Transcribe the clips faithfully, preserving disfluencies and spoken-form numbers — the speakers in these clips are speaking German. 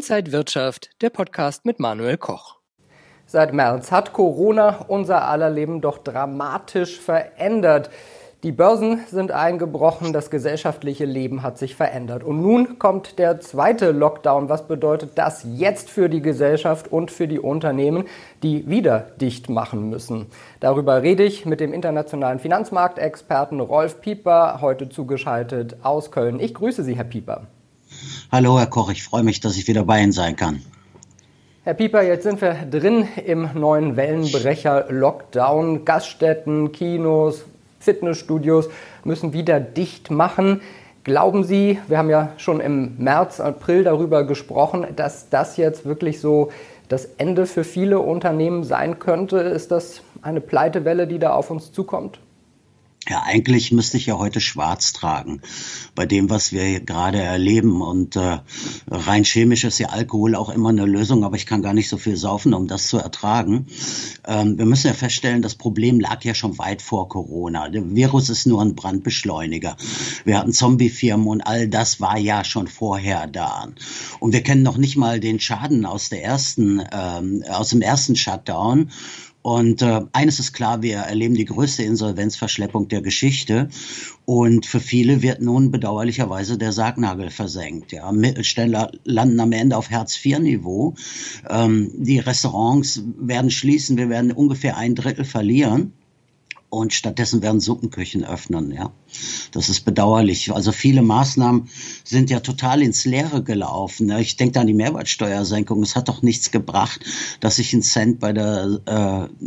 Inside Wirtschaft, der Podcast mit Manuel Koch. Seit März hat Corona unser aller Leben doch dramatisch verändert. Die Börsen sind eingebrochen, das gesellschaftliche Leben hat sich verändert. Und nun kommt der zweite Lockdown. Was bedeutet das jetzt für die Gesellschaft und für die Unternehmen, die wieder dicht machen müssen? Darüber rede ich mit dem internationalen Finanzmarktexperten Rolf Pieper, heute zugeschaltet aus Köln. Ich grüße Sie, Herr Pieper. Hallo, Herr Koch, ich freue mich, dass ich wieder bei Ihnen sein kann. Herr Pieper, jetzt sind wir drin im neuen Wellenbrecher-Lockdown. Gaststätten, Kinos, Fitnessstudios müssen wieder dicht machen. Glauben Sie, wir haben ja schon im März, April darüber gesprochen, dass das jetzt wirklich so das Ende für viele Unternehmen sein könnte? Ist das eine Pleitewelle, die da auf uns zukommt? Ja, eigentlich müsste ich ja heute schwarz tragen bei dem, was wir gerade erleben. Und äh, rein chemisch ist ja Alkohol auch immer eine Lösung, aber ich kann gar nicht so viel saufen, um das zu ertragen. Ähm, wir müssen ja feststellen, das Problem lag ja schon weit vor Corona. Der Virus ist nur ein Brandbeschleuniger. Wir hatten Zombiefirmen und all das war ja schon vorher da. Und wir kennen noch nicht mal den Schaden aus der ersten, ähm, aus dem ersten Shutdown. Und äh, eines ist klar, wir erleben die größte Insolvenzverschleppung der Geschichte und für viele wird nun bedauerlicherweise der Sargnagel versenkt. Ja, Mittelständler landen am Ende auf Hartz vier Niveau. Ähm, die Restaurants werden schließen, wir werden ungefähr ein Drittel verlieren. Und stattdessen werden Suppenküchen öffnen, ja. Das ist bedauerlich. Also viele Maßnahmen sind ja total ins Leere gelaufen. Ja. Ich denke an die Mehrwertsteuersenkung. Es hat doch nichts gebracht, dass ich einen Cent bei der äh,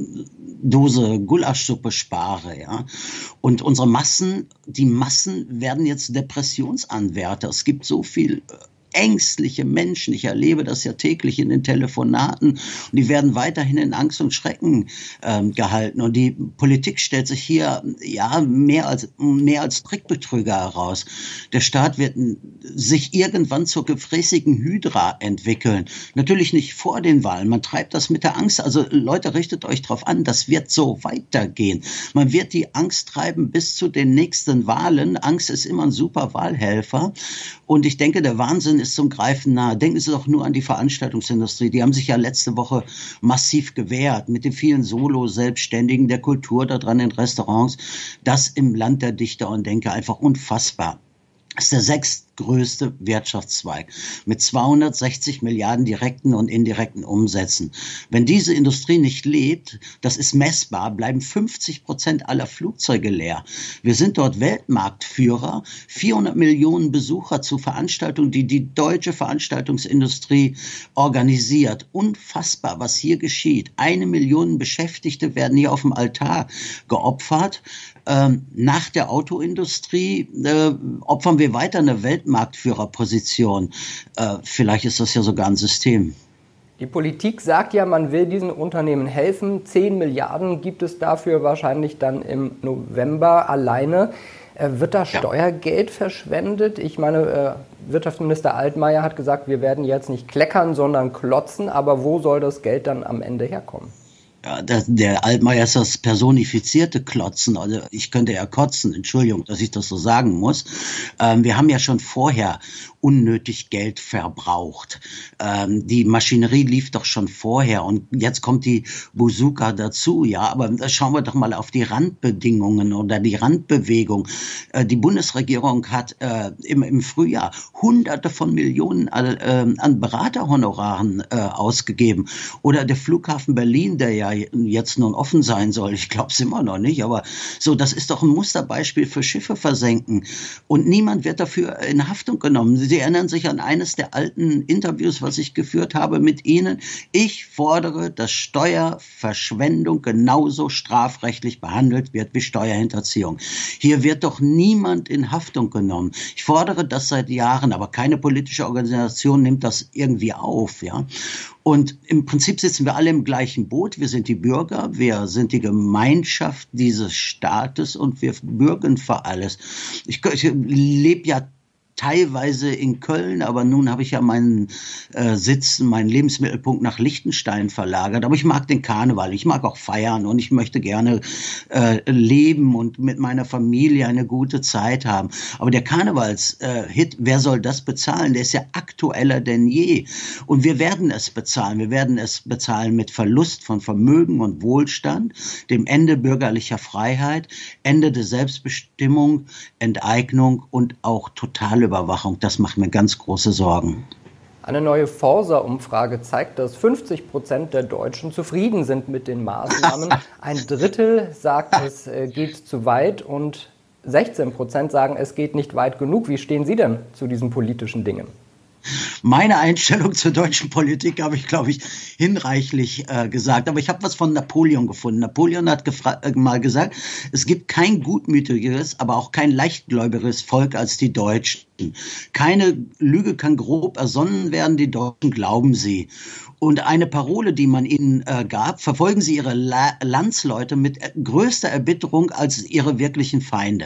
Dose Gulaschsuppe spare, ja. Und unsere Massen, die Massen werden jetzt Depressionsanwärter. Es gibt so viel ängstliche Menschen. Ich erlebe das ja täglich in den Telefonaten und die werden weiterhin in Angst und Schrecken ähm, gehalten. Und die Politik stellt sich hier ja mehr als mehr als Trickbetrüger heraus. Der Staat wird sich irgendwann zur gefräßigen Hydra entwickeln. Natürlich nicht vor den Wahlen. Man treibt das mit der Angst. Also Leute, richtet euch drauf an. Das wird so weitergehen. Man wird die Angst treiben bis zu den nächsten Wahlen. Angst ist immer ein super Wahlhelfer. Und ich denke, der Wahnsinn ist zum Greifen nahe. Denken Sie doch nur an die Veranstaltungsindustrie. Die haben sich ja letzte Woche massiv gewehrt mit den vielen Solo-Selbstständigen, der Kultur da dran in Restaurants. Das im Land der Dichter und Denker einfach unfassbar. Das ist der sechstgrößte Wirtschaftszweig mit zweihundertsechzig Milliarden direkten und indirekten Umsätzen. Wenn diese Industrie nicht lebt, das ist messbar, bleiben fünfzig Prozent aller Flugzeuge leer. Wir sind dort Weltmarktführer, vierhundert Millionen Besucher zu Veranstaltungen, die die deutsche Veranstaltungsindustrie organisiert. Unfassbar, was hier geschieht. Eine Million Beschäftigte werden hier auf dem Altar geopfert. Ähm, nach der Autoindustrie äh, opfern wir weiter eine Weltmarktführerposition. Äh, vielleicht ist das ja sogar ein System. Die Politik sagt ja, man will diesen Unternehmen helfen. Zehn Milliarden gibt es dafür wahrscheinlich dann im November alleine. Äh, wird da Steuergeld ja. verschwendet? Ich meine, äh, Wirtschaftsminister Altmaier hat gesagt, wir werden jetzt nicht kleckern, sondern klotzen. Aber wo soll das Geld dann am Ende herkommen? Ja, der, der Altmaier ist das personifizierte Klotzen, also ich könnte ja kotzen, Entschuldigung, dass ich das so sagen muss. Ähm, wir haben ja schon vorher unnötig Geld verbraucht. Ähm, die Maschinerie lief doch schon vorher und jetzt kommt die Bazooka dazu, ja, aber schauen wir doch mal auf die Randbedingungen oder die Randbewegung. Äh, die Bundesregierung hat äh, im, im Frühjahr Hunderte von Millionen äh, an Beraterhonoraren äh, ausgegeben oder der Flughafen Berlin, der ja jetzt nun offen sein soll. Ich glaube es immer noch nicht, aber so, das ist doch ein Musterbeispiel für Schiffe versenken. Und niemand wird dafür in Haftung genommen. Sie erinnern sich an eines der alten Interviews, was ich geführt habe mit Ihnen. Ich fordere, dass Steuerverschwendung genauso strafrechtlich behandelt wird wie Steuerhinterziehung. Hier wird doch niemand in Haftung genommen. Ich fordere das seit Jahren, aber keine politische Organisation nimmt das irgendwie auf, ja. Und im Prinzip sitzen wir alle im gleichen Boot. Wir sind die Bürger, wir sind die Gemeinschaft dieses Staates und wir bürgen für alles. Ich, ich lebe ja teilweise in Köln, aber nun habe ich ja meinen äh, Sitz, meinen Lebensmittelpunkt nach Liechtenstein verlagert. Aber ich mag den Karneval, ich mag auch feiern und ich möchte gerne äh, leben und mit meiner Familie eine gute Zeit haben. Aber der Karnevals-Hit, äh, wer soll das bezahlen? Der ist ja aktueller denn je. Und wir werden es bezahlen. Wir werden es bezahlen mit Verlust von Vermögen und Wohlstand, dem Ende bürgerlicher Freiheit, Ende der Selbstbestimmung, Enteignung und auch totale Überwachung. Das macht mir ganz große Sorgen. Eine neue Forsa-Umfrage zeigt, dass fünfzig Prozent der Deutschen zufrieden sind mit den Maßnahmen. Ein Drittel sagt, es geht zu weit und sechzehn Prozent sagen, es geht nicht weit genug. Wie stehen Sie denn zu diesen politischen Dingen? Meine Einstellung zur deutschen Politik habe ich, glaube ich, hinreichlich äh, gesagt. Aber ich habe was von Napoleon gefunden. Napoleon hat äh, mal gesagt, es gibt kein gutmütigeres, aber auch kein leichtgläubigeres Volk als die Deutschen. Keine Lüge kann grob ersonnen werden, die Deutschen glauben sie. Und eine Parole, die man ihnen äh, gab, verfolgen sie ihre La- Landsleute mit äh, größter Erbitterung als ihre wirklichen Feinde.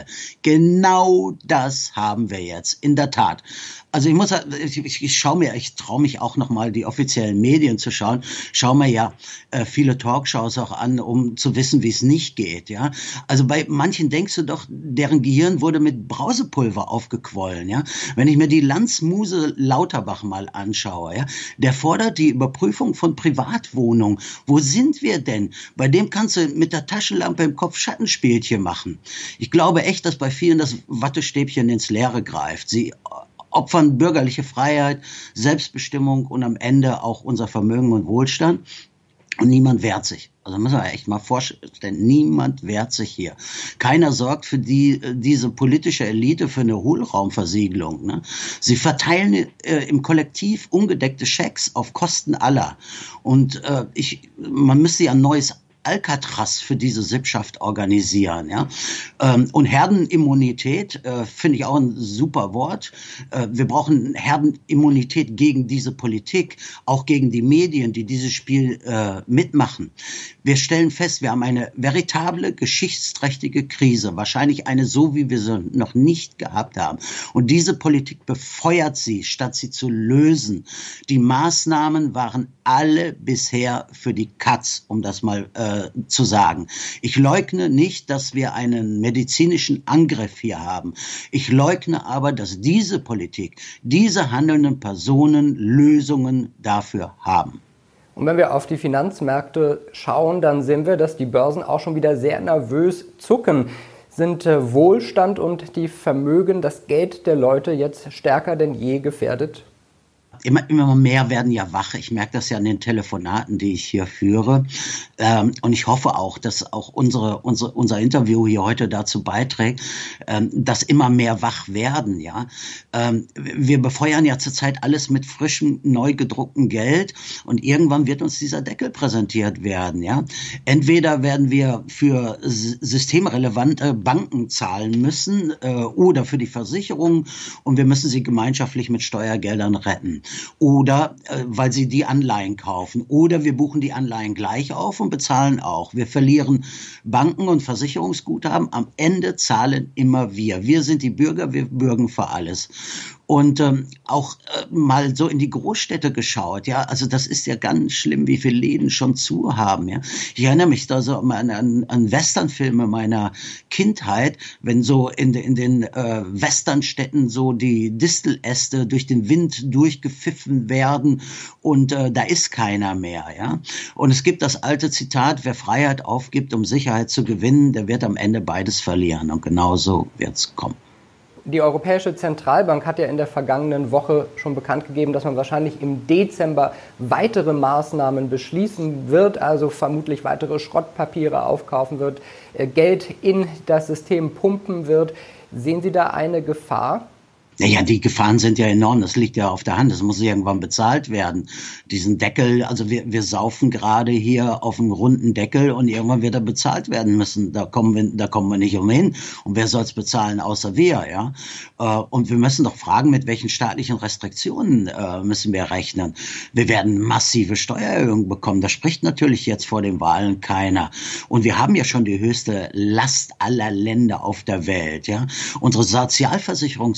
Genau das haben wir jetzt, in der Tat. Also ich muss, ich, ich, ich schaue mir, ich traue mich auch noch mal die offiziellen Medien zu schauen, schaue mir ja äh, viele Talkshows auch an, um zu wissen, wie es nicht geht. Ja, also bei manchen denkst du doch, deren Gehirn wurde mit Brausepulver aufgequollen. Ja, wenn ich mir die Landsmuse Lauterbach mal anschaue, ja, der fordert die Überprüfung von Privatwohnungen. Wo sind wir denn? Bei dem kannst du mit der Taschenlampe im Kopf Schattenspielchen machen. Ich glaube echt, dass bei vielen das Wattestäbchen ins Leere greift. Sie opfern bürgerliche Freiheit, Selbstbestimmung und am Ende auch unser Vermögen und Wohlstand. Und niemand wehrt sich. Also müssen wir echt mal vorstellen, niemand wehrt sich hier. Keiner sorgt für die diese politische Elite für eine Hohlraumversiegelung. Ne? Sie verteilen äh, im Kollektiv ungedeckte Schecks auf Kosten aller. Und äh, ich, man müsste ja ein neues Alcatraz für diese Sippschaft organisieren, ja. Ähm, und Herdenimmunität äh, finde ich auch ein super Wort. Äh, wir brauchen Herdenimmunität gegen diese Politik, auch gegen die Medien, die dieses Spiel äh, mitmachen. Wir stellen fest, wir haben eine veritable, geschichtsträchtige Krise, wahrscheinlich eine so, wie wir sie noch nicht gehabt haben. Und diese Politik befeuert sie, statt sie zu lösen. Die Maßnahmen waren alle bisher für die Katz, um das mal äh, zu sagen. Ich leugne nicht, dass wir einen medizinischen Angriff hier haben. Ich leugne aber, dass diese Politik, diese handelnden Personen Lösungen dafür haben. Und wenn wir auf die Finanzmärkte schauen, dann sehen wir, dass die Börsen auch schon wieder sehr nervös zucken. Sind äh, Wohlstand und die Vermögen, das Geld der Leute jetzt stärker denn je gefährdet? Immer, immer mehr werden ja wach. Ich merke das ja an den Telefonaten, die ich hier führe. Ähm, und ich hoffe auch, dass auch unsere, unsere, unser Interview hier heute dazu beiträgt, ähm, dass immer mehr wach werden. Ja, ähm, wir befeuern ja zurzeit alles mit frischem, neu gedrucktem Geld. Und irgendwann wird uns dieser Deckel präsentiert werden. Ja, entweder werden wir für systemrelevante Banken zahlen müssen äh, oder für die Versicherungen. Und wir müssen sie gemeinschaftlich mit Steuergeldern retten. Oder äh, weil sie die Anleihen kaufen. Oder wir buchen die Anleihen gleich auf und bezahlen auch. Wir verlieren Banken und Versicherungsguthaben. Am Ende zahlen immer wir. Wir sind die Bürger, wir bürgen für alles. Und ähm, auch äh, mal so in die Großstädte geschaut, ja, also das ist ja ganz schlimm, wie viele Läden schon zu haben, ja. Ich erinnere mich da so an, an, an Westernfilme meiner Kindheit, wenn so in, in den äh, Westernstädten so die Disteläste durch den Wind durchgepfiffen werden und äh, da ist keiner mehr, ja. Und es gibt das alte Zitat, wer Freiheit aufgibt, um Sicherheit zu gewinnen, der wird am Ende beides verlieren. Und genau so wird's kommen. Die Europäische Zentralbank hat ja in der vergangenen Woche schon bekannt gegeben, dass man wahrscheinlich im Dezember weitere Maßnahmen beschließen wird, also vermutlich weitere Schrottpapiere aufkaufen wird, Geld in das System pumpen wird. Sehen Sie da eine Gefahr? Naja, die Gefahren sind ja enorm, das liegt ja auf der Hand, das muss irgendwann bezahlt werden. Diesen Deckel, also wir, wir saufen gerade hier auf einem runden Deckel und irgendwann wird er bezahlt werden müssen. Da kommen wir, da kommen wir nicht umhin. Und wer soll es bezahlen, außer wir, ja? Und wir müssen doch fragen, mit welchen staatlichen Restriktionen müssen wir rechnen. Wir werden massive Steuererhöhungen bekommen. Das spricht natürlich jetzt vor den Wahlen keiner. Und wir haben ja schon die höchste Last aller Länder auf der Welt, ja? Unsere Sozialversicherungssysteme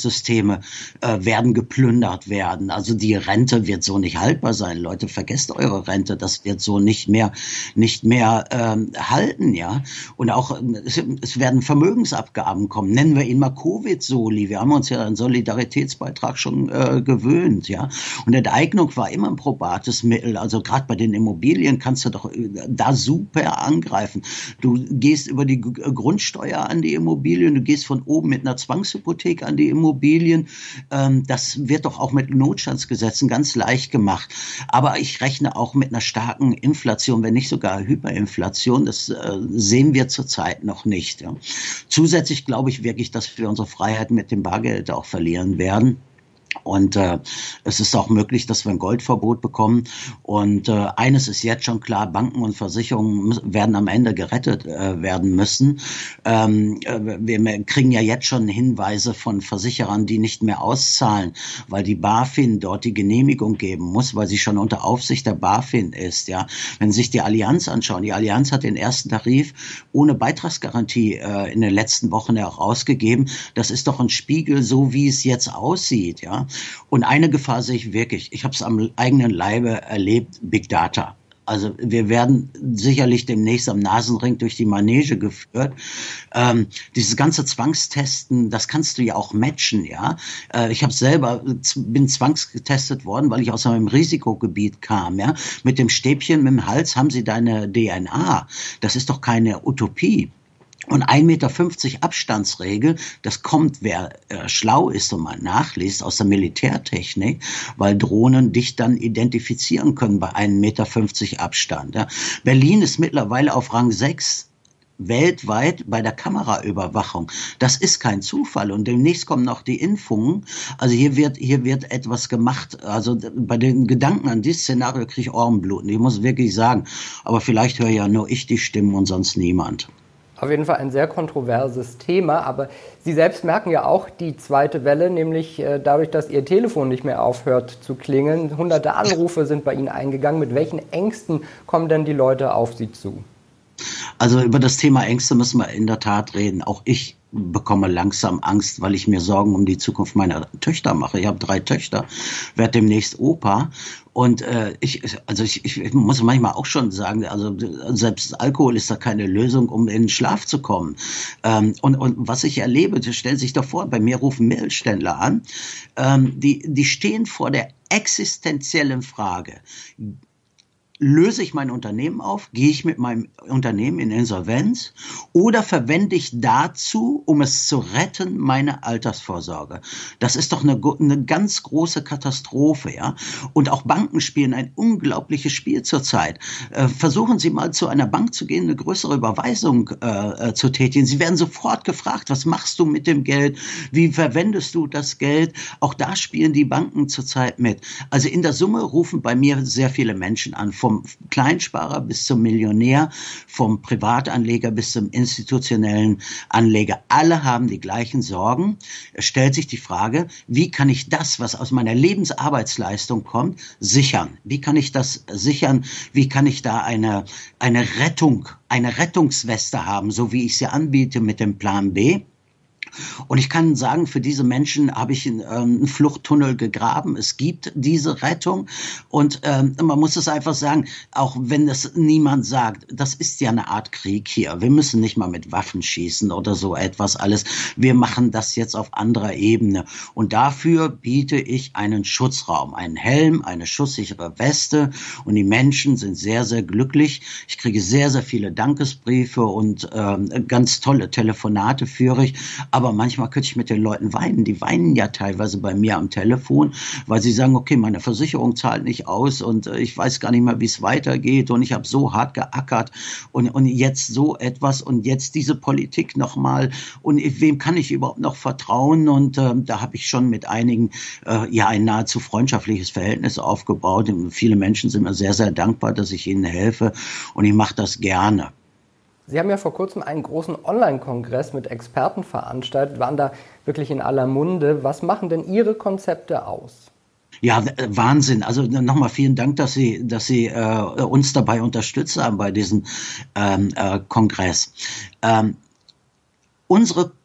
Altersheime äh, werden geplündert werden. Also die Rente wird so nicht haltbar sein. Leute, vergesst eure Rente, das wird so nicht mehr nicht mehr ähm, halten, ja. Und auch es, es werden Vermögensabgaben kommen. Nennen wir ihn mal Covid-Soli. Wir haben uns ja an Solidaritätsbeitrag schon äh, gewöhnt, ja. Und Enteignung war immer ein probates Mittel. Also gerade bei den Immobilien kannst du doch da super angreifen. Du gehst über die G- Grundsteuer an die Immobilien, du gehst von oben mit einer Zwangshypothek an die Immobilien. Ähm, das wird doch auch mit Notstandsgesetzen ganz leicht gemacht. Aber ich rechne auch mit einer starken Inflation, wenn nicht sogar Hyperinflation. Das äh, sehen wir zurzeit noch nicht. Ja. Zusätzlich glaube ich wirklich, dass wir unsere Freiheit mit dem Bargeld auch verlieren werden. Und äh, es ist auch möglich, dass wir ein Goldverbot bekommen. Und äh, eines ist jetzt schon klar, Banken und Versicherungen müssen, werden am Ende gerettet äh, werden müssen. Ähm, wir kriegen ja jetzt schon Hinweise von Versicherern, die nicht mehr auszahlen, weil die BaFin dort die Genehmigung geben muss, weil sie schon unter Aufsicht der BaFin ist. Ja, wenn Sie sich die Allianz anschauen, die Allianz hat den ersten Tarif ohne Beitragsgarantie äh, in den letzten Wochen ja auch ausgegeben. Das ist doch ein Spiegel, so wie es jetzt aussieht. Ja. Und eine Gefahr sehe ich wirklich, ich habe es am eigenen Leibe erlebt, Big Data. Also wir werden sicherlich demnächst am Nasenring durch die Manege geführt. Ähm, dieses ganze Zwangstesten, das kannst du ja auch matchen, ja. Äh, ich habe selber, bin zwangsgetestet worden, weil ich aus einem Risikogebiet kam, ja. Mit dem Stäbchen, mit dem Hals haben sie deine D N A. Das ist doch keine Utopie. Und ein Meter fünfzig Abstandsregel, das kommt, wer äh, schlau ist und mal nachliest, aus der Militärtechnik, weil Drohnen dich dann identifizieren können bei einem Meter fünfzig Abstand. Ja. Berlin ist mittlerweile auf Rang sechs weltweit bei der Kameraüberwachung. Das ist kein Zufall. Und demnächst kommen noch die Impfungen. Also hier wird, hier wird etwas gemacht. Also bei den Gedanken an dieses Szenario kriege ich Ohrenbluten. Ich muss wirklich sagen. Aber vielleicht höre ja nur ich die Stimmen und sonst niemand. Auf jeden Fall ein sehr kontroverses Thema, aber Sie selbst merken ja auch die zweite Welle, nämlich äh, dadurch, dass Ihr Telefon nicht mehr aufhört zu klingeln. Hunderte Anrufe sind bei Ihnen eingegangen. Mit welchen Ängsten kommen denn die Leute auf Sie zu? Also über das Thema Ängste müssen wir in der Tat reden. Auch ich bekomme langsam Angst, weil ich mir Sorgen um die Zukunft meiner Töchter mache. Ich habe drei Töchter, werde demnächst Opa. Und äh, ich, also ich, ich muss manchmal auch schon sagen, also selbst Alkohol ist da keine Lösung, um in den Schlaf zu kommen. Ähm, und, und was ich erlebe, stellen Sie sich doch vor, bei mir rufen Mittelständler an, ähm, die, die stehen vor der existenziellen Frage. Löse ich mein Unternehmen auf? Gehe ich mit meinem Unternehmen in Insolvenz? Oder verwende ich dazu, um es zu retten, meine Altersvorsorge? Das ist doch eine, eine ganz große Katastrophe, ja? Und auch Banken spielen ein unglaubliches Spiel zurzeit. Äh, versuchen Sie mal zu einer Bank zu gehen, eine größere Überweisung äh, zu tätigen. Sie werden sofort gefragt, was machst du mit dem Geld? Wie verwendest du das Geld? Auch da spielen die Banken zurzeit mit. Also in der Summe rufen bei mir sehr viele Menschen an, vom Kleinsparer bis zum Millionär, vom Privatanleger bis zum institutionellen Anleger. Alle haben die gleichen Sorgen. Es stellt sich die Frage, wie kann ich das, was aus meiner Lebensarbeitsleistung kommt, sichern? Wie kann ich das sichern? Wie kann ich da eine, eine Rettung, eine Rettungsweste haben, so wie ich sie anbiete mit dem Plan B? Und ich kann sagen, für diese Menschen habe ich einen, äh, einen Fluchttunnel gegraben. Es gibt diese Rettung und ähm, man muss es einfach sagen, auch wenn das niemand sagt, das ist ja eine Art Krieg hier. Wir müssen nicht mal mit Waffen schießen oder so etwas alles. Wir machen das jetzt auf anderer Ebene und dafür biete ich einen Schutzraum, einen Helm, eine schusssichere Weste und die Menschen sind sehr, sehr glücklich. Ich kriege sehr, sehr viele Dankesbriefe und ähm, ganz tolle Telefonate führe ich. Aber manchmal könnte ich mit den Leuten weinen. Die weinen ja teilweise bei mir am Telefon, weil sie sagen, okay, meine Versicherung zahlt nicht aus und äh, ich weiß gar nicht mehr, wie es weitergeht und ich habe so hart geackert und, und jetzt so etwas und jetzt diese Politik nochmal und wem kann ich überhaupt noch vertrauen? Und äh, da habe ich schon mit einigen äh, ja ein nahezu freundschaftliches Verhältnis aufgebaut. Und viele Menschen sind mir sehr, sehr dankbar, dass ich ihnen helfe und ich mache das gerne. Sie haben ja vor kurzem einen großen Online-Kongress mit Experten veranstaltet, waren da wirklich in aller Munde. Was machen denn Ihre Konzepte aus? Ja, Wahnsinn. Also nochmal vielen Dank, dass Sie, dass Sie äh, uns dabei unterstützt haben bei diesem ähm, äh, Kongress. Ähm, unsere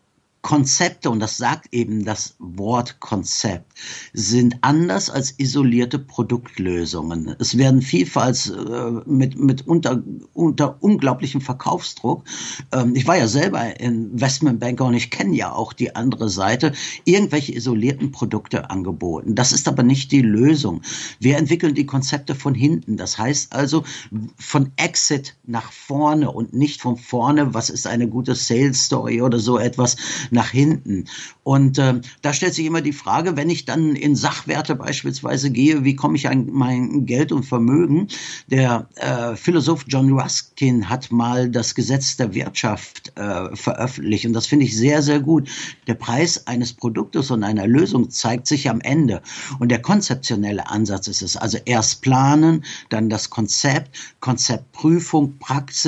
Konzepte, und das sagt eben das Wort Konzept, sind anders als isolierte Produktlösungen. Es werden vielfach äh, mit, mit unter, unter unglaublichem Verkaufsdruck, ähm, ich war ja selber Investmentbanker und ich kenne ja auch die andere Seite, irgendwelche isolierten Produkte angeboten. Das ist aber nicht die Lösung. Wir entwickeln die Konzepte von hinten. Das heißt also von Exit nach vorne und nicht von vorne, was ist eine gute Sales Story oder so etwas, nach hinten. Und äh, da stellt sich immer die Frage, wenn ich dann in Sachwerte beispielsweise gehe, wie komme ich an mein Geld und Vermögen? Der äh, Philosoph John Ruskin hat mal das Gesetz der Wirtschaft äh, veröffentlicht und das finde ich sehr, sehr gut. Der Preis eines Produktes und einer Lösung zeigt sich am Ende und der konzeptionelle Ansatz ist es. Also erst planen, dann das Konzept, Konzeptprüfung,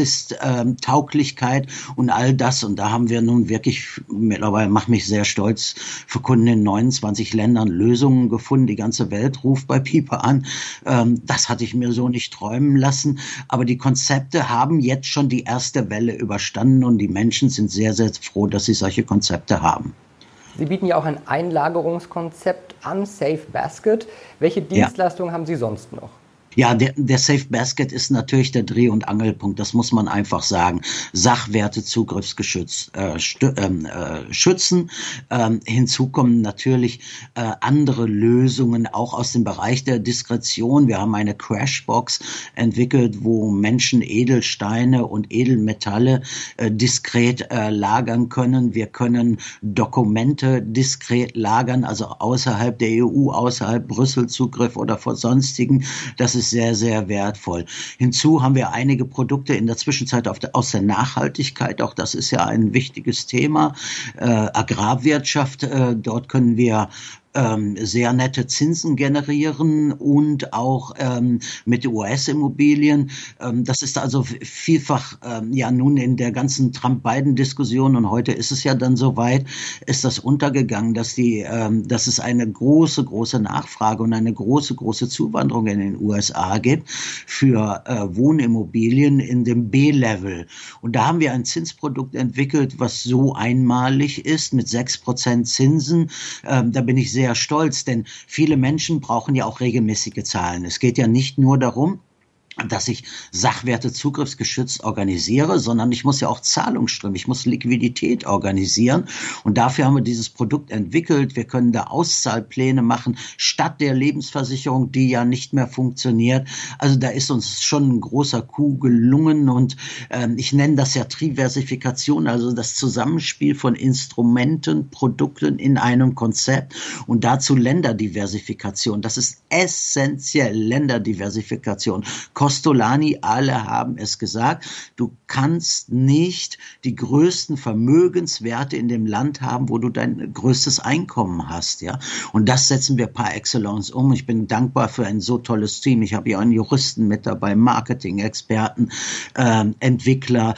Praxistauglichkeit und all das. Und da haben wir nun wirklich, mittlerweile macht mich sehr stolz, für Kunden in neunundzwanzig Ländern Lösungen gefunden. Die ganze Welt ruft bei Piper an. Ähm, das hatte ich mir so nicht träumen lassen. Aber die Konzepte haben jetzt schon die erste Welle überstanden und die Menschen sind sehr, sehr froh, dass sie solche Konzepte haben. Sie bieten ja auch ein Einlagerungskonzept an, Safe Basket. Welche Dienstleistungen ja. haben Sie sonst noch? Ja, der, der Safe Basket ist natürlich der Dreh- und Angelpunkt, das muss man einfach sagen. Sachwerte zugriffsgeschützt äh, stü- äh, schützen. Ähm, hinzu kommen natürlich äh, andere Lösungen, auch aus dem Bereich der Diskretion. Wir haben eine Crashbox entwickelt, wo Menschen Edelsteine und Edelmetalle äh, diskret äh, lagern können. Wir können Dokumente diskret lagern, also außerhalb der E U, außerhalb Brüssel Zugriff oder vor sonstigen. Das ist sehr, sehr wertvoll. Hinzu haben wir einige Produkte in der Zwischenzeit auf der, aus der Nachhaltigkeit. Auch das ist ja ein wichtiges Thema. Äh, Agrarwirtschaft, äh, dort können wir ähm, sehr nette Zinsen generieren und auch ähm, mit U S-Immobilien. Ähm, das ist also vielfach ähm, ja nun in der ganzen Trump-Biden-Diskussion und heute ist es ja dann soweit, ist das untergegangen, dass die, ähm, dass es eine große, große Nachfrage und eine große, große Zuwanderung in den U S A gibt für äh, Wohnimmobilien in dem B-Level. Und da haben wir ein Zinsprodukt entwickelt, was so einmalig ist mit sechs Prozent Zinsen. Ähm, da bin ich sehr stolz, denn viele Menschen brauchen ja auch regelmäßige Zahlen. Es geht ja nicht nur darum, dass ich Sachwerte zugriffsgeschützt organisiere, sondern ich muss ja auch Zahlungsströme, ich muss Liquidität organisieren und dafür haben wir dieses Produkt entwickelt. Wir können da Auszahlpläne machen, statt der Lebensversicherung, die ja nicht mehr funktioniert. Also da ist uns schon ein großer Coup gelungen und äh, ich nenne das ja Triversifikation, also das Zusammenspiel von Instrumenten, Produkten in einem Konzept und dazu Länderdiversifikation. Das ist essentiell, Länderdiversifikation. Costolani, alle haben es gesagt, du kannst nicht die größten Vermögenswerte in dem Land haben, wo du dein größtes Einkommen hast, ja. Und das setzen wir par excellence um. Ich bin dankbar für ein so tolles Team. Ich habe ja einen Juristen mit dabei, Marketing-Experten, ähm, Entwickler,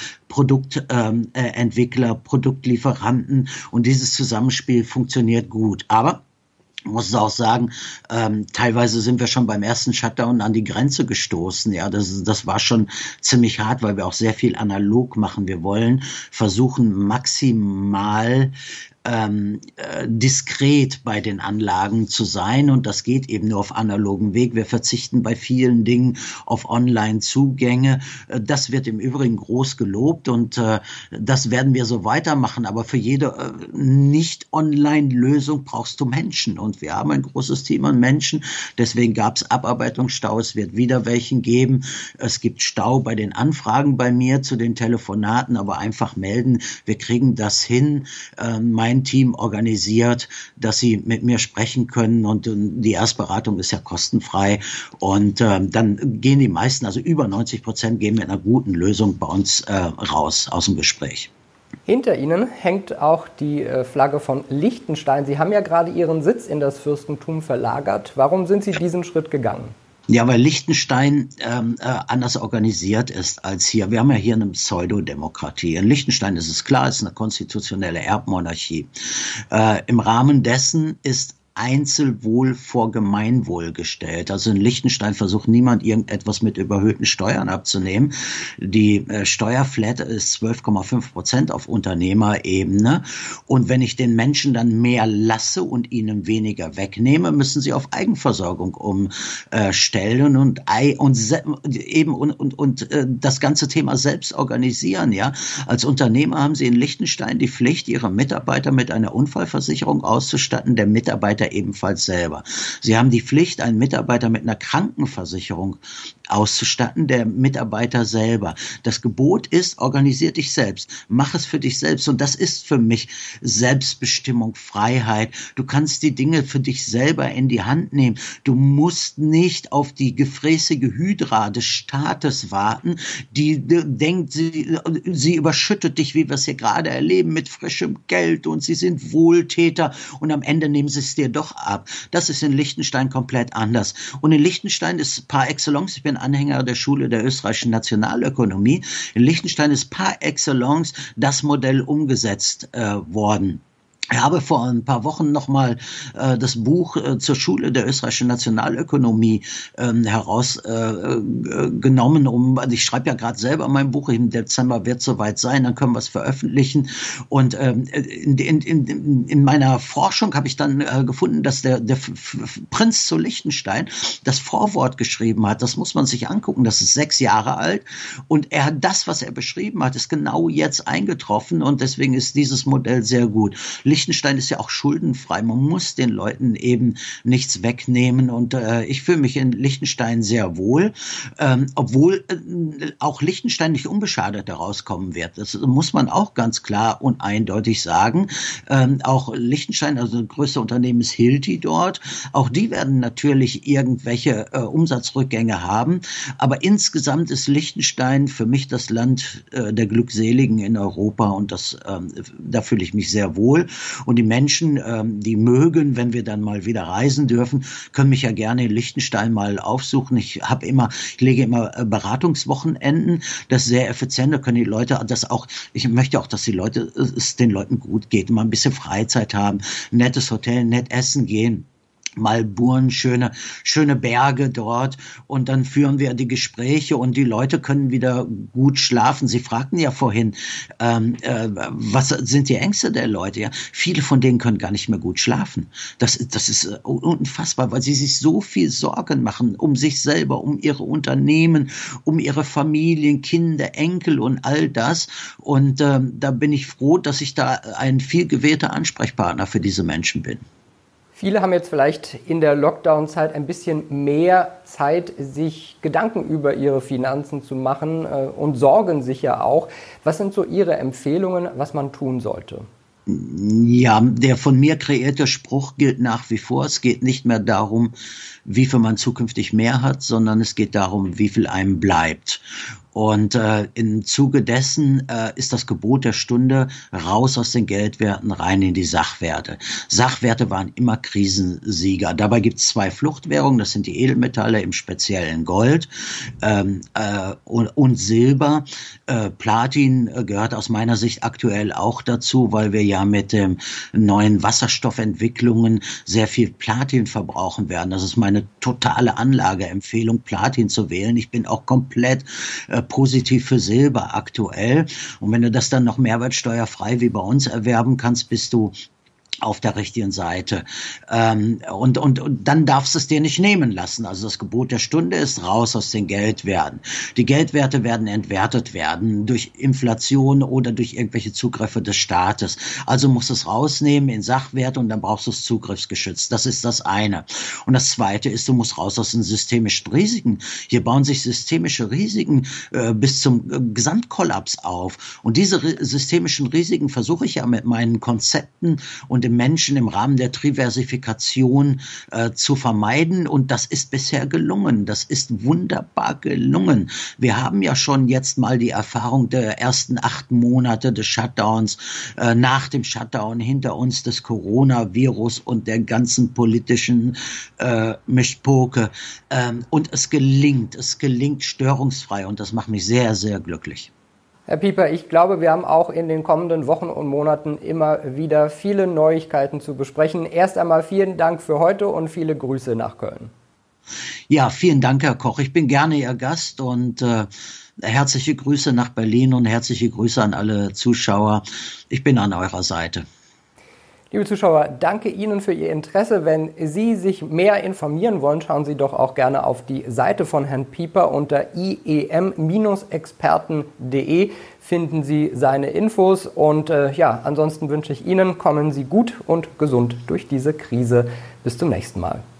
Produktentwickler, ähm, Produktlieferanten und dieses Zusammenspiel funktioniert gut. Aber ich muss auch sagen, ähm, teilweise sind wir schon beim ersten Shutdown an die Grenze gestoßen. Ja, das, das war schon ziemlich hart, weil wir auch sehr viel analog machen. Wir wollen versuchen, maximal ähm, äh, diskret bei den Anlagen zu sein und das geht eben nur auf analogen Weg. Wir verzichten bei vielen Dingen auf Online-Zugänge. Äh, das wird im Übrigen groß gelobt und äh, das werden wir so weitermachen. Aber für jede äh, Nicht-Online-Lösung brauchst du Menschen und wir haben ein großes Team an Menschen. Deswegen gab es Abarbeitungsstau. Es wird wieder welchen geben. Es gibt Stau bei den Anfragen bei mir zu den Telefonaten, aber einfach melden. Wir kriegen das hin. Äh, mein Team organisiert, dass sie mit mir sprechen können und äh, die Erstberatung ist ja kostenfrei und äh, dann gehen die meisten, also über neunzig Prozent gehen mit einer guten Lösung bei uns äh, raus aus dem Gespräch. Hinter Ihnen hängt auch die Flagge von Liechtenstein. Sie haben ja gerade Ihren Sitz in das Fürstentum verlagert. Warum sind Sie diesen Schritt gegangen? Ja, weil Liechtenstein ähm, äh, anders organisiert ist als hier. Wir haben ja hier eine Pseudodemokratie. In Liechtenstein ist es klar, es ist eine konstitutionelle Erbmonarchie. Äh, im Rahmen dessen ist Einzelwohl vor Gemeinwohl gestellt. Also in Liechtenstein versucht niemand irgendetwas mit überhöhten Steuern abzunehmen. Die äh, Steuerflat ist zwölf Komma fünf Prozent auf Unternehmerebene. Und wenn ich den Menschen dann mehr lasse und ihnen weniger wegnehme, müssen sie auf Eigenversorgung umstellen und, und eben und, und, und äh, das ganze Thema selbst organisieren. Ja, als Unternehmer haben sie in Liechtenstein die Pflicht, ihre Mitarbeiter mit einer Unfallversicherung auszustatten, der Mitarbeiter ebenfalls selber. Sie haben die Pflicht, einen Mitarbeiter mit einer Krankenversicherung auszustatten, der Mitarbeiter selber. Das Gebot ist, organisier dich selbst, mach es für dich selbst. Und das ist für mich Selbstbestimmung, Freiheit. Du kannst die Dinge für dich selber in die Hand nehmen. Du musst nicht auf die gefräßige Hydra des Staates warten, die denkt, sie, sie überschüttet dich, wie wir es hier gerade erleben, mit frischem Geld und sie sind Wohltäter und am Ende nehmen sie es dir doch ab. Das ist in Liechtenstein komplett anders. Und in Liechtenstein ist par excellence, ich bin Anhänger der Schule der österreichischen Nationalökonomie, in Liechtenstein ist par excellence das Modell umgesetzt äh, worden. Ich habe vor ein paar Wochen nochmal äh, das Buch äh, zur Schule der österreichischen Nationalökonomie ähm, herausgenommen, äh, um, also ich schreibe ja gerade selber mein Buch, im Dezember wird es soweit sein, dann können wir es veröffentlichen. Und ähm, in, in, in, in meiner Forschung habe ich dann äh, gefunden, dass der, der Prinz zu Liechtenstein das Vorwort geschrieben hat. Das muss man sich angucken, das ist sechs Jahre alt. Und er hat das, was er beschrieben hat, ist genau jetzt eingetroffen und deswegen ist dieses Modell sehr gut. Liechtenstein ist ja auch schuldenfrei. Man muss den Leuten eben nichts wegnehmen. Und äh, ich fühle mich in Liechtenstein sehr wohl, ähm, obwohl äh, auch Liechtenstein nicht unbeschadet herauskommen wird. Das muss man auch ganz klar und eindeutig sagen. Ähm, auch Liechtenstein, also das größte Unternehmen ist Hilti dort. Auch die werden natürlich irgendwelche äh, Umsatzrückgänge haben. Aber insgesamt ist Liechtenstein für mich das Land äh, der Glückseligen in Europa und das, ähm, da fühle ich mich sehr wohl. Und die Menschen, ähm, die mögen, wenn wir dann mal wieder reisen dürfen, können mich ja gerne in Liechtenstein mal aufsuchen. Ich habe immer, ich lege immer äh, Beratungswochenenden. Das ist sehr effizient. Da können die Leute das auch, ich möchte auch, dass die Leute, es den Leuten gut geht, mal ein bisschen Freizeit haben, nettes Hotel, nett essen gehen. Malburen, schöne, schöne Berge dort und dann führen wir die Gespräche und die Leute können wieder gut schlafen. Sie fragten ja vorhin, ähm, äh, was sind die Ängste der Leute? Ja, viele von denen können gar nicht mehr gut schlafen. Das, das ist äh, unfassbar, weil sie sich so viel Sorgen machen um sich selber, um ihre Unternehmen, um ihre Familien, Kinder, Enkel und all das. Und ähm, da bin ich froh, dass ich da ein viel gewählter Ansprechpartner für diese Menschen bin. Viele haben jetzt vielleicht in der Lockdown-Zeit ein bisschen mehr Zeit, sich Gedanken über ihre Finanzen zu machen äh, und sorgen sich ja auch. Was sind so Ihre Empfehlungen, was man tun sollte? Ja, der von mir kreierte Spruch gilt nach wie vor. Es geht nicht mehr darum, wie viel man zukünftig mehr hat, sondern es geht darum, wie viel einem bleibt. Und äh, im Zuge dessen äh, ist das Gebot der Stunde raus aus den Geldwerten, rein in die Sachwerte. Sachwerte waren immer Krisensieger. Dabei gibt es zwei Fluchtwährungen, das sind die Edelmetalle, im speziellen Gold ähm, äh, und, und Silber. Äh, Platin äh, gehört aus meiner Sicht aktuell auch dazu, weil wir ja mit den neuen Wasserstoffentwicklungen sehr viel Platin verbrauchen werden. Das ist meine totale Anlageempfehlung, Platin zu wählen. Ich bin auch komplett äh, positiv für Silber aktuell. Und wenn du das dann noch mehrwertsteuerfrei wie bei uns erwerben kannst, bist du auf der richtigen Seite. Ähm, und, und, und dann darfst du es dir nicht nehmen lassen. Also das Gebot der Stunde ist raus aus den Geldwerten. Die Geldwerte werden entwertet werden durch Inflation oder durch irgendwelche Zugriffe des Staates. Also musst du es rausnehmen in Sachwerte und dann brauchst du es zugriffsgeschützt. Das ist das eine. Und das zweite ist, du musst raus aus den systemischen Risiken. Hier bauen sich systemische Risiken äh, bis zum äh, Gesamtkollaps auf. Und diese ri- systemischen Risiken versuche ich ja mit meinen Konzepten und dem Menschen im Rahmen der Diversifikation äh, zu vermeiden. Und das ist bisher gelungen. Das ist wunderbar gelungen. Wir haben ja schon jetzt mal die Erfahrung der ersten acht Monate des Shutdowns, äh, nach dem Shutdown hinter uns des Coronavirus und der ganzen politischen äh, Mischpoke. Ähm, und es gelingt, es gelingt störungsfrei und das macht mich sehr, sehr glücklich. Herr Pieper, ich glaube, wir haben auch in den kommenden Wochen und Monaten immer wieder viele Neuigkeiten zu besprechen. Erst einmal vielen Dank für heute und viele Grüße nach Köln. Ja, vielen Dank, Herr Koch. Ich bin gerne Ihr Gast und äh, herzliche Grüße nach Berlin und herzliche Grüße an alle Zuschauer. Ich bin an eurer Seite. Liebe Zuschauer, danke Ihnen für Ihr Interesse. Wenn Sie sich mehr informieren wollen, schauen Sie doch auch gerne auf die Seite von Herrn Pieper unter i e m Experten punkt de finden Sie seine Infos. Und äh, ja, ansonsten wünsche ich Ihnen, kommen Sie gut und gesund durch diese Krise. Bis zum nächsten Mal.